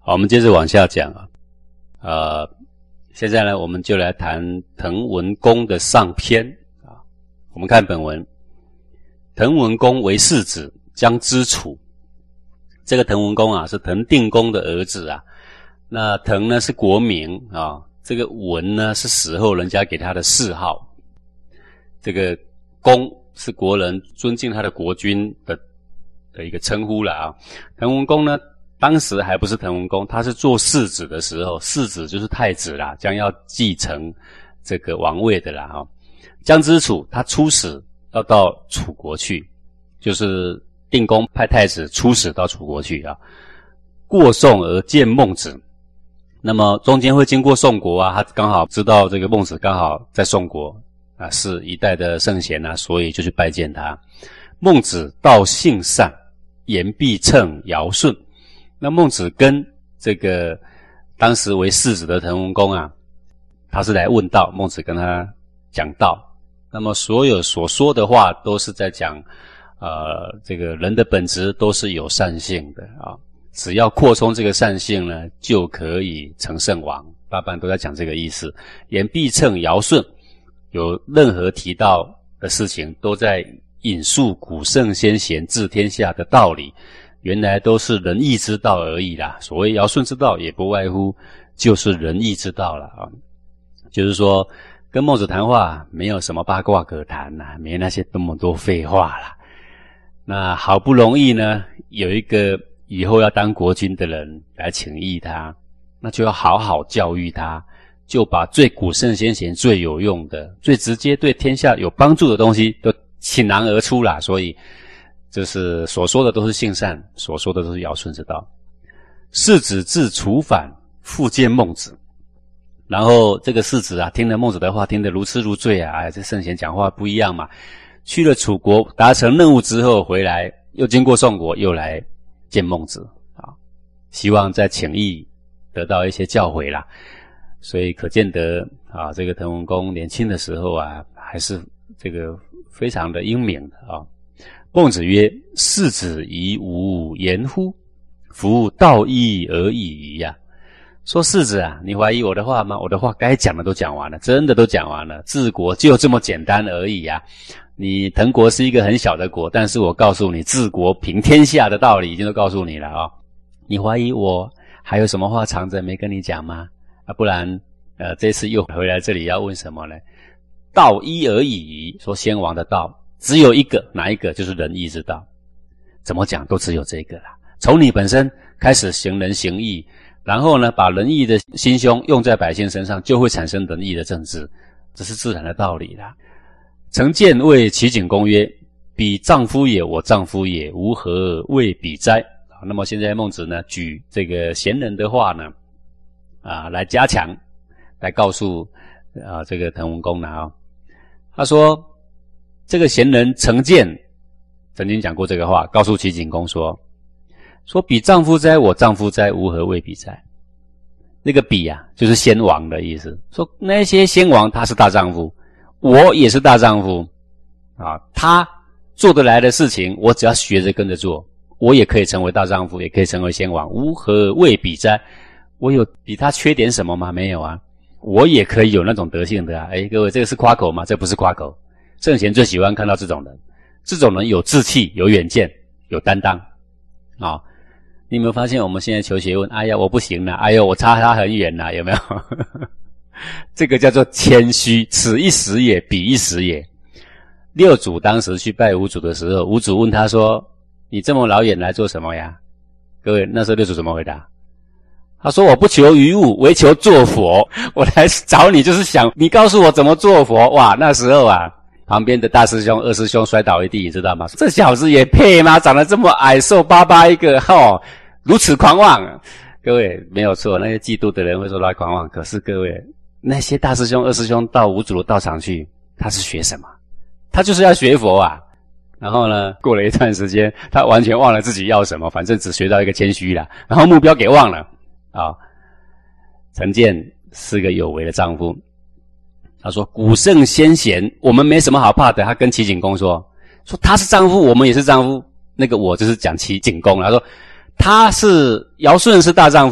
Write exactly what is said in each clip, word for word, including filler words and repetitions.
好，我们接着往下讲啊。呃，现在呢，我们就来谈滕文公的上篇啊。我们看本文，滕文公为世子，将之楚。这个滕文公啊，是滕定公的儿子啊。那滕呢是国名啊，这个文呢是死后人家给他的谥号。这个公是国人尊敬他的国君的的一个称呼了啊。滕文公呢，当时还不是滕文公，他是做世子的时候，世子就是太子啦，将要继承这个王位的啦哈。将之楚，他出使要到楚国去，就是定公派太子出使到楚国去啊。过宋而见孟子，那么中间会经过宋国啊，他刚好知道这个孟子刚好在宋国啊，是一代的圣贤啊，所以就去拜见他。孟子道性善，言必称尧舜。那孟子跟这个当时为世子的滕文公啊，他是来问道，孟子跟他讲道。那么所有所说的话都是在讲呃这个人的本质都是有善性的啊，只要扩充这个善性呢，就可以成圣王。大半都在讲这个意思。言必称尧舜，有任何提到的事情都在引述古圣先贤治天下的道理，原来都是仁义之道而已啦。所谓尧舜之道，也不外乎就是仁义之道了啊。就是说，跟孟子谈话没有什么八卦可谈啦，没那些那么多废话啦。那好不容易呢，有一个以后要当国君的人来请益他，那就要好好教育他，就把最古圣先贤最有用的、最直接对天下有帮助的东西都倾囊而出啦。所以就是所说的都是性善，所说的都是尧舜之道。世子至楚返，复见孟子。然后这个世子啊，听了孟子的话，听得如痴如醉啊！哎，这圣贤讲话不一样嘛。去了楚国，达成任务之后回来，又经过宋国，又来见孟子啊，希望再请益得到一些教诲啦。所以可见得啊，这个滕文公年轻的时候啊，还是这个非常的英明的啊。孟子曰：世子宜无言乎？夫道义而已矣呀。说世子啊，你怀疑我的话吗？我的话该讲的都讲完了，真的都讲完了。治国就这么简单而已啊。你滕国是一个很小的国，但是我告诉你，治国平天下的道理已经都告诉你了啊、哦。你怀疑我还有什么话藏着没跟你讲吗？啊，不然呃，这次又回来这里要问什么呢？道一而已，说先王的道只有一个，哪一个？就是仁义之道。怎么讲都只有这个啦。从你本身开始行仁行义，然后呢，把仁义的心胸用在百姓身上，就会产生仁义的政治，这是自然的道理啦。曾见谓齐景公曰：彼丈夫也，我丈夫也，吾何谓彼哉？那么现在孟子呢，举这个贤人的话呢，啊，来加强，来告诉啊这个滕文公呢啊、哦，他说这个贤人曾见，曾经讲过这个话，告诉齐景公说。说彼丈夫哉，我丈夫哉，吾何谓彼哉？那个彼啊，就是先王的意思。说那些先王他是大丈夫，我也是大丈夫啊。他做得来的事情，我只要学着跟着做，我也可以成为大丈夫，也可以成为先王。吾何谓彼哉？我有比他缺点什么吗？没有啊。我也可以有那种德性的啊。诶，各位，这个是夸口吗？这不是夸口。圣贤最喜欢看到这种人，这种人有志气，有远见，有担当啊。你有没有发现我们现在求学问，哎呀我不行了，哎呦我差他很远了，有没有？这个叫做谦虚，此一时也，彼一时也。六祖当时去拜五祖的时候，五祖问他说：你这么老远来做什么呀？各位，那时候六祖怎么回答？他说：我不求于物，唯求做佛。我来找你就是想你告诉我怎么做佛。哇，那时候啊，旁边的大师兄、二师兄摔倒一地，你知道吗？这小子也配吗？长得这么矮，瘦巴巴一个，吼！如此狂妄，各位没有错，那些嫉妒的人会说他狂妄。可是各位，那些大师兄、二师兄到五祖的道场去，他是学什么？他就是要学佛啊。然后呢，过了一段时间，他完全忘了自己要什么，反正只学到一个谦虚啦，然后目标给忘了啊。曾见是个有为的丈夫，他说：古圣先贤，我们没什么好怕的。他跟齐景公说，说他是丈夫，我们也是丈夫。那个我就是讲齐景公，他说。他是尧舜是大丈夫，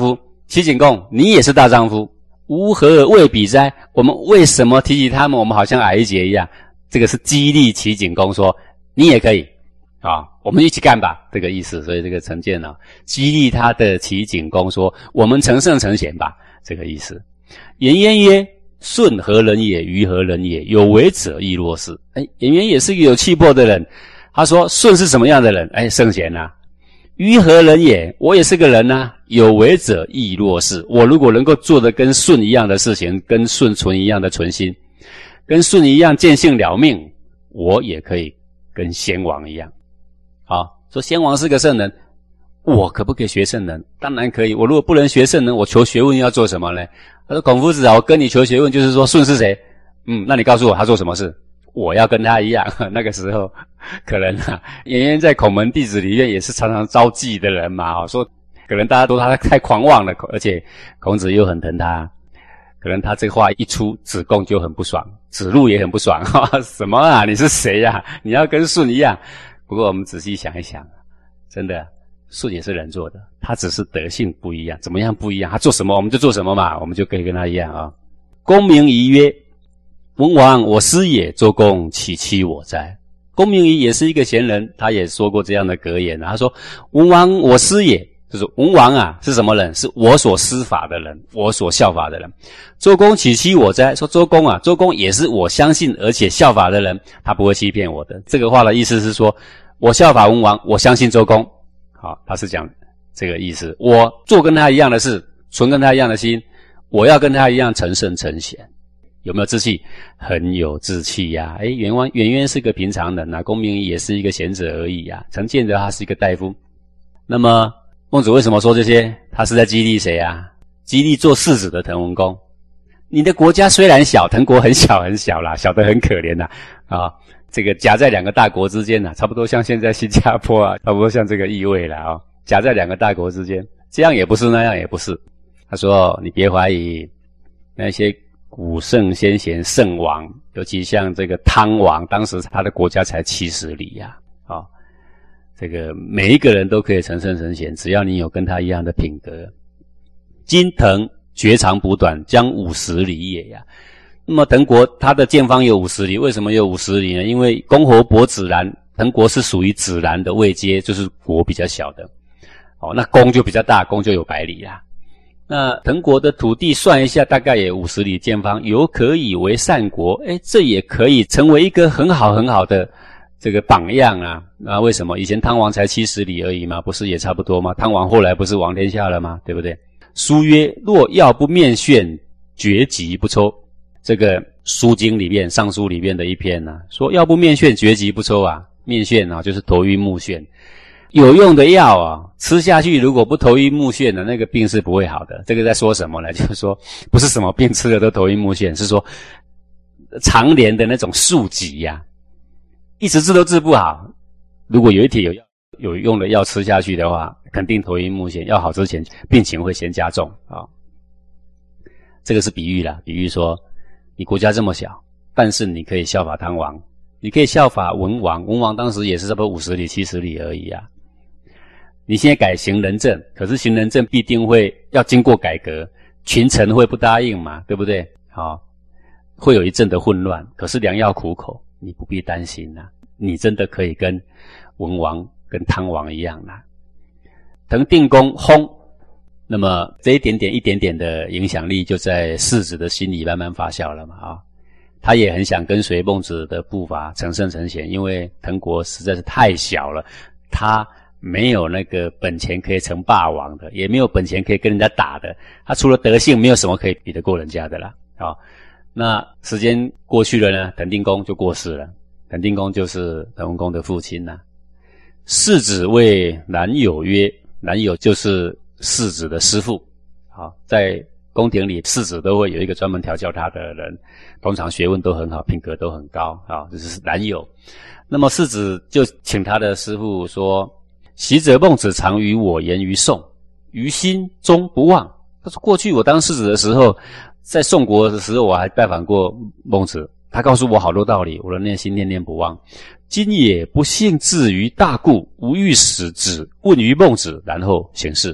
齐景公，你也是大丈夫，吾何而畏彼哉？我们为什么提起他们，我们好像矮一截一样？这个是激励齐景公说，你也可以啊，我们一起干吧，这个意思。所以这个陈建呢，激励他的齐景公说，我们成圣成贤吧，这个意思。颜渊曰：舜何人也？虞何人也？有为者亦若是。哎，颜渊也是一个有气魄的人。他说舜是什么样的人？哎，圣贤啊。虞何人也？我也是个人啊。有为者亦若是。我如果能够做的跟舜一样的事情，跟舜存一样的存心，跟舜一样见性了命，我也可以跟先王一样。好，说先王是个圣人，我可不可以学圣人？当然可以。我如果不能学圣人，我求学问要做什么呢？他说，孔夫子啊，我跟你求学问，就是说舜是谁？嗯，那你告诉我他做什么事？我要跟他一样。那个时候可能啊，颜渊在孔门弟子里面也是常常招忌的人嘛，说可能大家都他太狂妄了，而且孔子又很疼他，可能他这话一出，子贡就很不爽，子路也很不爽。什么啊，你是谁呀、啊？你要跟舜一样。不过我们仔细想一想，真的舜也是人做的，他只是德性不一样。怎么样不一样？他做什么我们就做什么嘛，我们就可以跟他一样啊。公明仪曰：文王我师也，周公岂欺我哉？公明仪也是一个贤人，他也说过这样的格言、啊、他说，文王我师也，就是文王啊是什么人？是我所师法的人，我所效法的人。周公岂欺我哉？说周公啊，周公也是我相信而且效法的人，他不会欺骗我的。这个话的意思是说，我效法文王，我相信周公。好，他是讲这个意思。我做跟他一样的事，存跟他一样的心，我要跟他一样成圣成贤。有没有志气？很有志气呀、啊！诶，颜渊颜渊是个平常人啊，公明仪也是一个贤者而已啊。陈建德他是一个大夫。那么孟子为什么说这些？他是在激励谁啊？激励做世子的滕文公。你的国家虽然小，滕国很小很小啦，小得很可怜呐啊！这个夹在两个大国之间呐，差不多像现在新加坡啊，差不多像这个意味了啊，夹在两个大国之间，这样也不是，那样也不是。他说，你别怀疑那些古圣先贤圣王，尤其像这个汤王，当时他的国家才七十里呀、啊，啊，这个每一个人都可以成圣成贤，只要你有跟他一样的品格。今滕绝长补短，将五十里也呀。那么滕国他的建方有五十里，为什么有五十里呢？因为公侯伯子然，滕国是属于子然的位阶，就是国比较小的。哦，那公就比较大，公就有百里啦。那滕国的土地算一下，大概也五十里见方，有可以为善国。诶，这也可以成为一个很好很好的这个榜样啊。那为什么？以前汤王才七十里而已嘛，不是也差不多吗？汤王后来不是王天下了吗？对不对？书曰：若要不面眩，绝疾不抽。这个书经里面，尚书里面的一篇啊，说要不面眩，绝疾不抽啊。面眩啊，就是头晕目眩。有用的药啊，吃下去如果不头晕目眩的，那个病是不会好的。这个在说什么呢？就是说不是什么病吃了都头晕目眩，是说常年的那种宿疾呀、啊，一直治都治不好。如果有一帖有有用的药吃下去的话，肯定头晕目眩，要好之前病情会先加重啊。这个是比喻啦，比喻说你国家这么小，但是你可以效法汤王，你可以效法文王，文王当时也是差不多五十里七十里而已啊。你现在改行仁政，可是行仁政必定会要经过改革，群臣会不答应嘛，对不对？好，会有一阵的混乱，可是良药苦口，你不必担心啦、啊，你真的可以跟文王跟汤王一样啦、啊。滕定公薨，那么这一点点一点点的影响力就在世子的心里慢慢发酵了嘛啊，他也很想跟随孟子的步伐成圣成贤，因为滕国实在是太小了，他没有那个本钱可以成霸王的，也没有本钱可以跟人家打的，他除了德性没有什么可以比得过人家的啦啊。那时间过去了呢，滕定公就过世了，滕定公就是滕文公的父亲呐、啊。世子谓冉有曰，冉有就是世子的师父，好，在宫廷里世子都会有一个专门调教他的人，通常学问都很好，品格都很高啊，这是冉有。那么世子就请他的师父说，昔者孟子常与我言于宋，于心终不忘。他说过去我当世子的时候，在宋国的时候我还拜访过孟子，他告诉我好多道理，我的内心念念不忘。今也不幸至于大故，吾欲使子问于孟子，然后行事。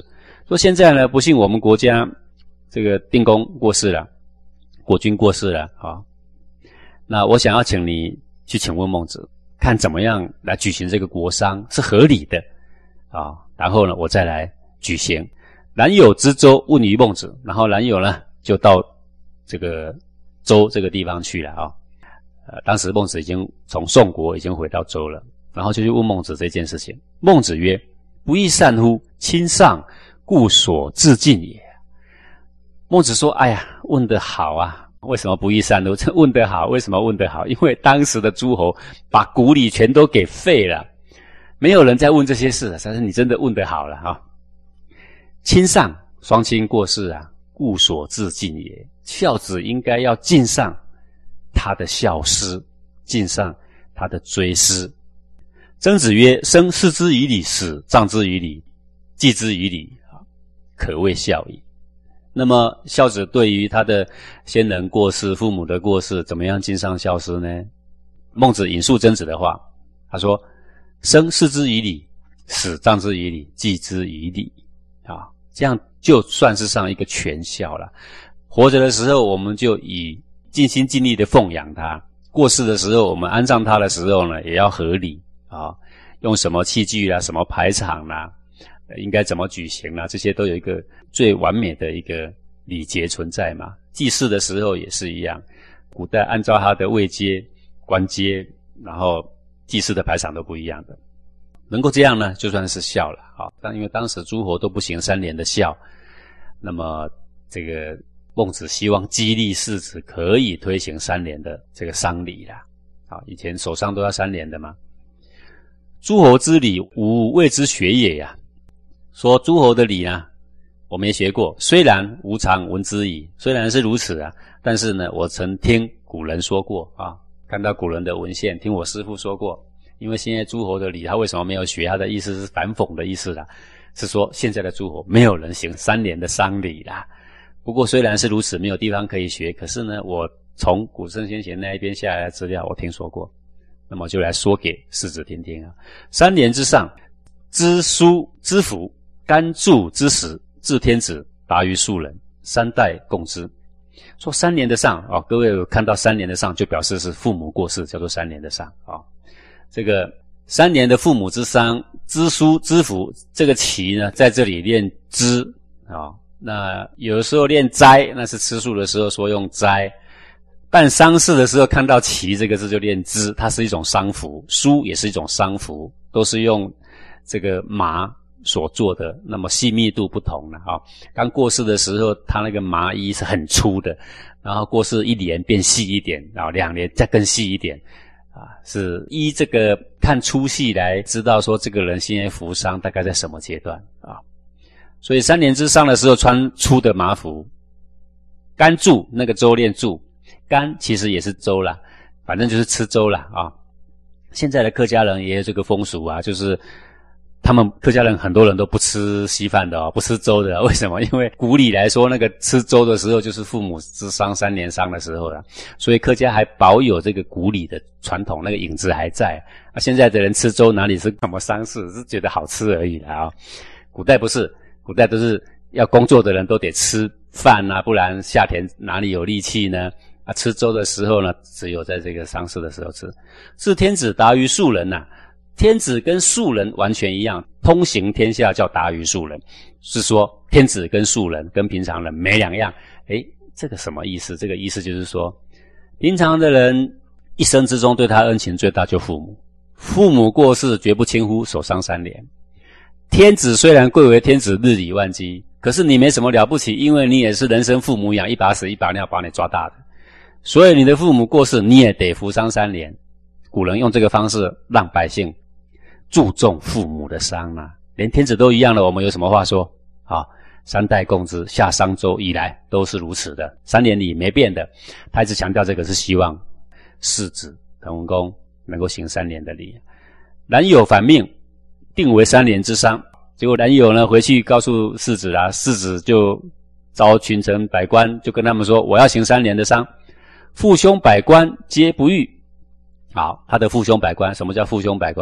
说现在呢，不幸我们国家这个定公过世了，国君过世了啊，那我想要请你去请问孟子，看怎么样来举行这个国丧是合理的啊，然后呢，我再来举行。冉有之州问于孟子，然后冉有呢就到这个周这个地方去了啊。呃，当时孟子已经从宋国已经回到周了，然后就去问孟子这件事情。孟子曰：“不亦善乎？亲上，故所自尽也。”孟子说：“哎呀，问得好啊！为什么不亦善乎？这问得好，为什么问得好？因为当时的诸侯把古礼全都给废了，没有人在问这些事了。但是你真的问得好了啊！亲上，双亲过世啊，故所自尽也。孝子应该要尽上他的孝思，尽上他的追思。曾子曰：生视之以礼，死葬之以礼，祭之以礼，可谓孝矣。那么孝子对于他的先人过世，父母的过世，怎么样尽上孝思呢？孟子引述曾子的话，他说：生视之以礼，死葬之以礼，祭之以礼，啊，这样就算是上一个全孝了。活着的时候我们就以尽心尽力的奉养他，过世的时候我们安葬他的时候呢，也要合理啊，用什么器具啦，什么排场啦，应该怎么举行啦，这些都有一个最完美的一个礼节存在嘛。祭祀的时候也是一样，古代按照他的位阶、官阶，然后祭祀的排场都不一样的，能够这样呢，就算是孝了啊。但因为当时诸侯都不行三年的孝，那么这个孟子希望激励士子可以推行三年的这个丧礼啦。啊，以前守丧都要三年的嘛。诸侯之礼，吾未之学也呀。说诸侯的礼呢，我没学过，虽然吾常闻之矣。虽然是如此啊，但是呢，我曾听古人说过啊，看到古人的文献，听我师父说过。因为现在诸侯的礼，他为什么没有学？他的意思是反讽的意思啦，是说现在的诸侯没有人行三年的丧礼啦。不过虽然是如此，没有地方可以学，可是呢，我从古圣先贤那一边下来的资料，我听说过，那么就来说给士子听听啊。三年之上，知书知福，甘祝之时，治天子，达于庶人，三代共之。说三年的上啊，各位有看到三年的上，就表示是父母过世，叫做三年的上啊。这个三年的父母之丧，知书知福，这个齐呢，在这里练知啊。那有的时候练斋，那是吃素的时候说用斋。办丧事的时候看到齐这个字就练知，它是一种丧服，书也是一种丧服，都是用这个麻所做的，那么细密度不同了啊。刚过世的时候，他那个麻衣是很粗的，然后过世一年变细一点，然后两年再更细一点啊，是依这个看粗细来知道说这个人现在服丧大概在什么阶段啊。所以三年之丧的时候穿粗的麻服，甘祝那个粥练祝，甘其实也是粥啦，反正就是吃粥啦啊。现在的客家人也有这个风俗啊，就是他们客家人很多人都不吃稀饭的哦，不吃粥的。为什么？因为古礼来说，那个吃粥的时候就是父母之丧三年丧的时候了，所以客家还保有这个古礼的传统，那个影子还在。啊，现在的人吃粥哪里是什么丧事，是觉得好吃而已啦啊。古代不是。古代都是要工作的人都得吃饭啊，不然下田哪里有力气呢？啊，吃粥的时候呢，只有在这个丧事的时候吃。治天子，达于庶人啊，天子跟庶人完全一样，通行天下叫达于庶人，是说天子跟庶人跟平常人没两样。诶，这个什么意思？这个意思就是说，平常的人一生之中对他恩情最大就父母，父母过世绝不轻忽，守丧三年。天子虽然贵为天子，日理万机，可是你没什么了不起，因为你也是人生父母养，一把屎一把尿把你抓大的，所以你的父母过世，你也得服丧三年。古人用这个方式让百姓注重父母的丧啊，连天子都一样了，我们有什么话说啊？三代共之，下商周以来都是如此的，三年里没变的。他一直强调这个是希望世子滕文公能够行三年的礼。冉有反命，定为三年之丧。结果冉有呢回去告诉世子啊，世子就召群臣百官，就跟他们说，我要行三年的丧。父兄百官皆不欲。好，他的父兄百官，什么叫父兄百官？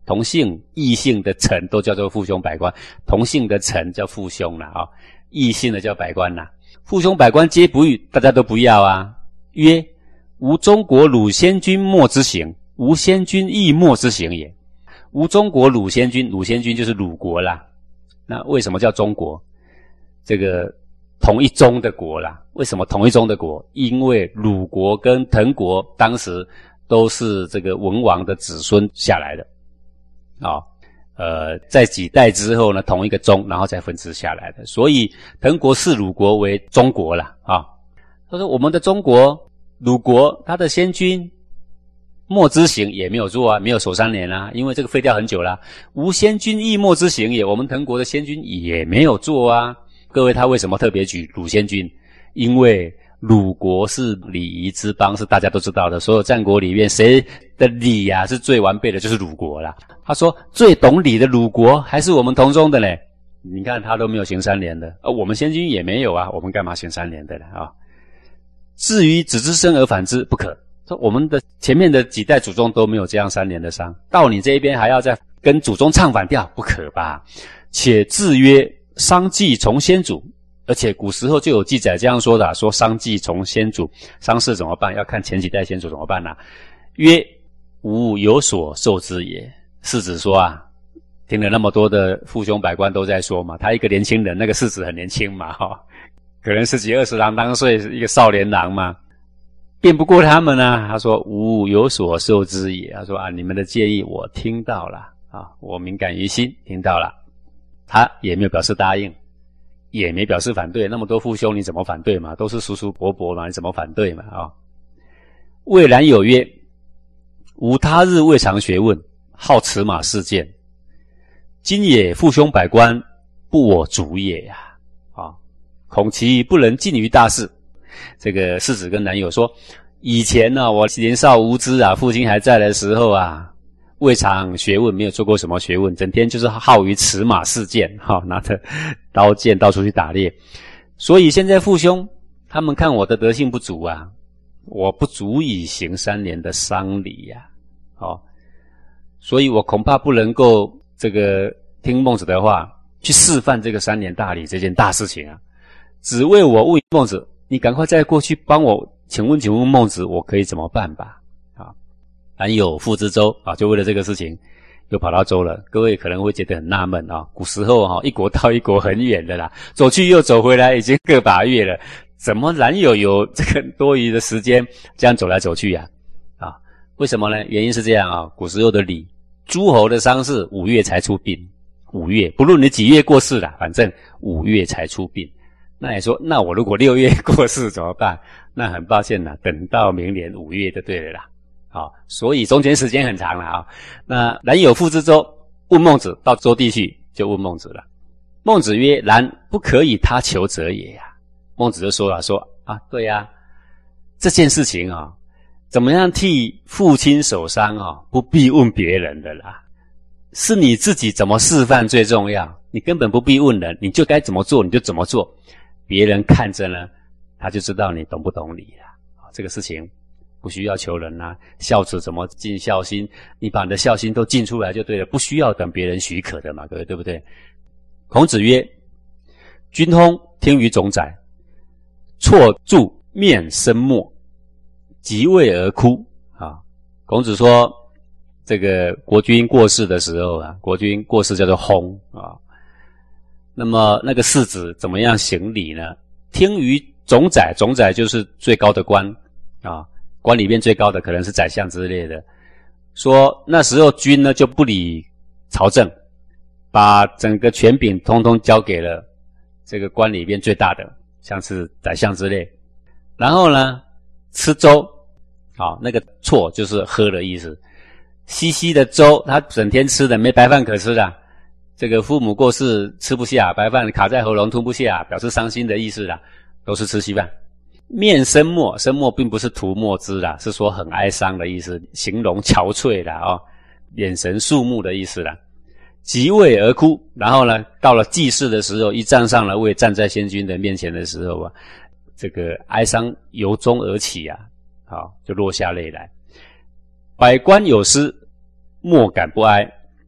同姓异姓的臣都叫做父兄百官，同姓的臣叫父兄啦，哦，异姓的叫百官啦。父兄百官皆不欲，大家都不要啊。曰：吾中国鲁先君莫之行，吾先君亦莫之行也。吾中国鲁先君，鲁先君就是鲁国啦。那为什么叫中国？这个同一宗的国啦。为什么同一宗的国？因为鲁国跟滕国当时都是这个文王的子孙下来的啊、哦。呃，在几代之后呢，同一个宗，然后再分支下来的。所以滕国视鲁国为中国啦啊、哦。他说我们的中国鲁国他的先君莫之行也没有做啊，没有守三年啊，因为这个废掉很久啦。吾先君亦莫之行也，我们滕国的先君也没有做啊。各位，他为什么特别举鲁先君？因为鲁国是礼仪之邦，是大家都知道的。所有战国里面，谁的礼啊是最完备的，就是鲁国啦。他说最懂礼的鲁国还是我们同宗的嘞。你看他都没有行三年的，而我们先君也没有啊，我们干嘛行三年的呢啊？至于子之生而反之，不可。说我们的前面的几代祖宗都没有这样三年的丧，到你这一边还要再跟祖宗唱反调，不可吧？且制曰丧祭从先祖，而且古时候就有记载这样说的、啊，说丧祭从先祖，丧事怎么办？要看前几代先祖怎么办呢、啊？曰吾有所受之也。世子说啊，听了那么多的父兄百官都在说嘛，他一个年轻人，那个世子很年轻嘛，哈、哦，可能十几二十郎当岁，一个少年郎嘛。辩不过他们啊，他说吾有所受之也。他说啊，你们的建议我听到了啊，我敏感于心，听到了。他也没有表示答应，也没表示反对。那么多父兄，你怎么反对嘛？都是叔叔伯伯嘛，你怎么反对嘛？啊、哦，魏然有曰：吾他日未尝学问，好驰马事件。今也父兄百官，不我主也呀、啊！啊、哦，恐其不能尽于大事。这个世子跟男友说，以前呢、啊，我年少无知啊，父亲还在的时候啊，未尝学问，没有做过什么学问，整天就是好于驰马事件，哈、哦，拿着刀剑到处去打猎。所以现在父兄他们看我的德性不足啊，我不足以行三年的丧礼呀、啊，哦，所以我恐怕不能够这个听孟子的话，去示范这个三年大礼这件大事情啊。只为我问孟子，你赶快再过去帮我，请问请问孟子，我可以怎么办吧？啊，然有父之周啊，就为了这个事情又跑到周了。各位可能会觉得很纳闷啊，古时候哈、啊，一国到一国很远的啦，走去又走回来，已经个把月了，怎么然有有这个多余的时间这样走来走去呀、啊？啊，为什么呢？原因是这样啊，古时候的礼，诸侯的丧事五月才出殡，五月不论你几月过世啦，反正五月才出殡。那你说，那我如果六月过世怎么办？那很抱歉啦，等到明年五月就对了啦。好，所以中间时间很长了啊。那然有父之周，问孟子，到周地去就问孟子了。孟子曰：然不可以他求者也呀、啊。孟子就说了，说啊，对呀、啊，这件事情啊，怎么样替父亲守丧啊，不必问别人的啦，是你自己怎么示范最重要。你根本不必问人，你就该怎么做你就怎么做。别人看着呢，他就知道你懂不懂礼了。这个事情不需要求人啊，孝子怎么尽孝心？你把你的孝心都尽出来就对了，不需要等别人许可的嘛，各位对不对？孔子曰：君通听于冢宰，错柱面生墨，即位而哭啊。孔子说，这个国君过世的时候啊，国君过世叫做薨啊。那么那个世子怎么样行礼呢？听于冢宰，冢宰就是最高的官啊，官里面最高的可能是宰相之类的。说那时候君呢就不理朝政，把整个权柄通通交给了这个官里面最大的，像是宰相之类。然后呢，吃粥，啊，那个啜就是喝的意思。稀稀的粥，他整天吃的没白饭可吃的。这个父母过世吃不下，白饭卡在喉咙吞不下，表示伤心的意思啦，都是吃稀饭。面生墨，生墨并不是涂墨汁啦，是说很哀伤的意思，形容憔悴啦哦，眼神肃穆的意思啦。即位而哭，然后呢，到了祭祀的时候，一站上了位，站在先君的面前的时候啊，这个哀伤由衷而起啊，好，就落下泪来。百官有司，莫敢不哀。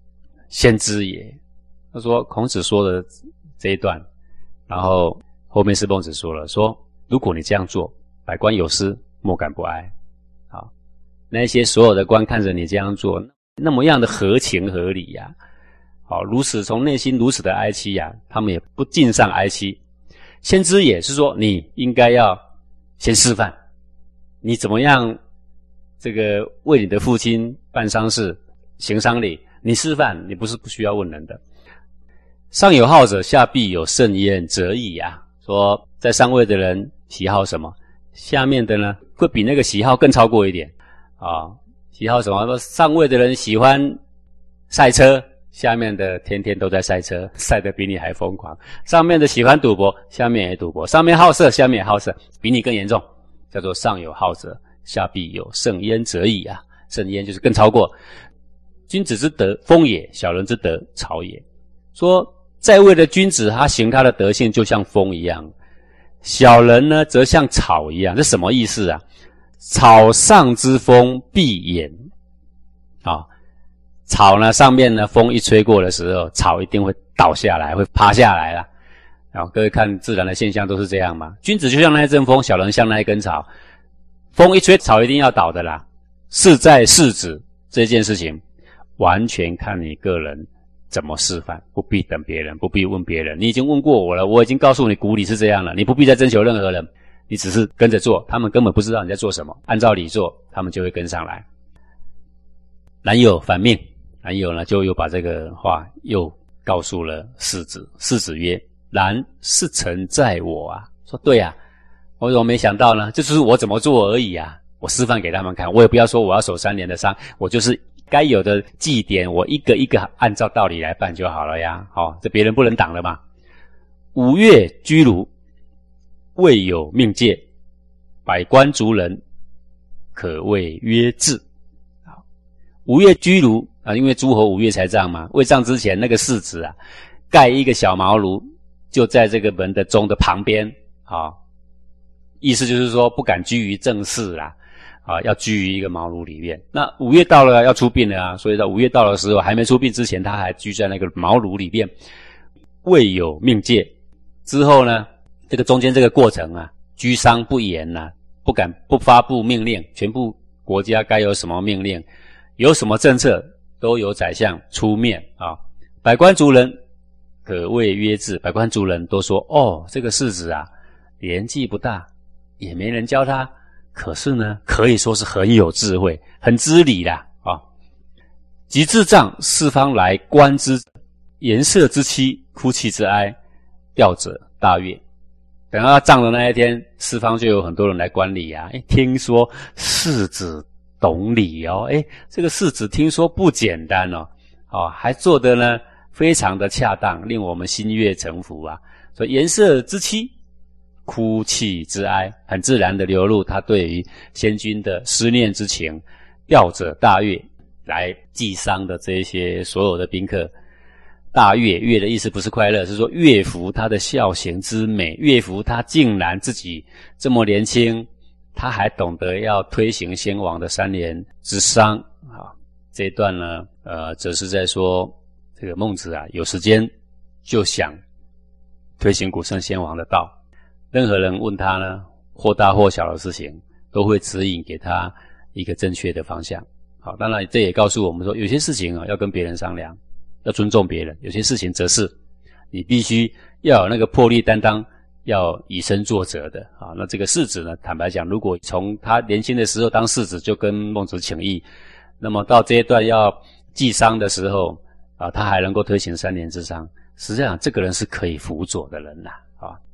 先知也。他说孔子说的这一段，然后后面是孟子说了，说如果你这样做，百官有司，莫敢不哀。好，那些所有的官看着你这样做，那么样的合情合理呀、啊，好，如此从内心如此的哀戚呀、啊，他们也不尽上哀戚。先知也是说，你应该要先示范，你怎么样这个为你的父亲办丧事行丧礼，你示范，你不是不需要问人的。上有好者，下必有甚焉，则矣啊。说在上位的人喜好什么，下面的呢会比那个喜好更超过一点啊。喜好什么？说上位的人喜欢赛车，下面的天天都在赛车，赛得比你还疯狂。上面的喜欢赌博，下面也赌博。上面好色，下面也好色，比你更严重，叫做上有好者，下必有甚焉，则矣啊。甚焉就是更超过。君子之德，风也；小人之德，草也。说在位的君子，他行他的德性就像风一样，小人呢则像草一样。这什么意思啊？草上之风必偃啊，草呢上面呢风一吹过的时候，草一定会倒下来，会趴下来啦。啊，各位看自然的现象都是这样嘛。君子就像那一阵风，小人像那一根草，风一吹，草一定要倒的啦。事在事止这件事情，完全看你个人怎么示范，不必等别人，不必问别人。你已经问过我了，我已经告诉你古礼是这样了，你不必再征求任何人，你只是跟着做，他们根本不知道你在做什么，按照理做，他们就会跟上来。男友反命，男友呢就又把这个话又告诉了世子。世子曰：然是诚在我啊。说对啊，我怎么没想到呢？这就是我怎么做而已啊，我示范给他们看，我也不要说我要守三年的丧，我就是该有的祭典，我一个一个按照道理来办就好了呀。好、哦，这别人不能挡了嘛。五岳居庐，未有命戒，百官族人，可谓曰治。五岳居庐啊，因为诸侯五岳才葬嘛，未葬之前那个世子啊，盖一个小茅庐，就在这个门的钟的旁边啊、哦，意思就是说不敢居于正室啦。啊，要居于一个茅庐里面。那五月到了要出殡了啊，所以在五月到的时候，还没出殡之前，他还居在那个茅庐里面，未有命戒。之后呢，这个中间这个过程啊，居丧不言呐、啊，不敢不发布命令，全部国家该有什么命令，有什么政策，都由宰相出面啊。百官族人可谓曰治，百官族人都说，哦，这个世子啊，年纪不大，也没人教他。可是呢，可以说是很有智慧，很知理啦啊！及至葬，四方来观之，颜色之期，哭泣之哀，吊者大悦。等到他葬的那一天，四方就有很多人来观礼啊！诶，听说世子懂礼哦，诶，这个世子听说不简单哦，哦，还做得呢非常的恰当，令我们心悦诚服啊！所以颜色之期，哭泣之哀，很自然的流露他对于先君的思念之情。吊者大悦，来祭丧的这些所有的宾客大悦，悦的意思不是快乐，是说悦服他的孝行之美，悦服他竟然自己这么年轻，他还懂得要推行先王的三年之丧啊。这一段呢，呃，则是在说这个孟子啊，有时间就想推行古圣先王的道。任何人问他呢，或大或小的事情，都会指引给他一个正确的方向。好，当然这也告诉我们说，有些事情啊要跟别人商量，要尊重别人；有些事情则是你必须要有那个魄力担当，要以身作则的啊。那这个世子呢，坦白讲，如果从他年轻的时候当世子就跟孟子请益，那么到这一段要祭丧的时候啊，他还能够推行三年之丧，实际上这个人是可以辅佐的人啦啊。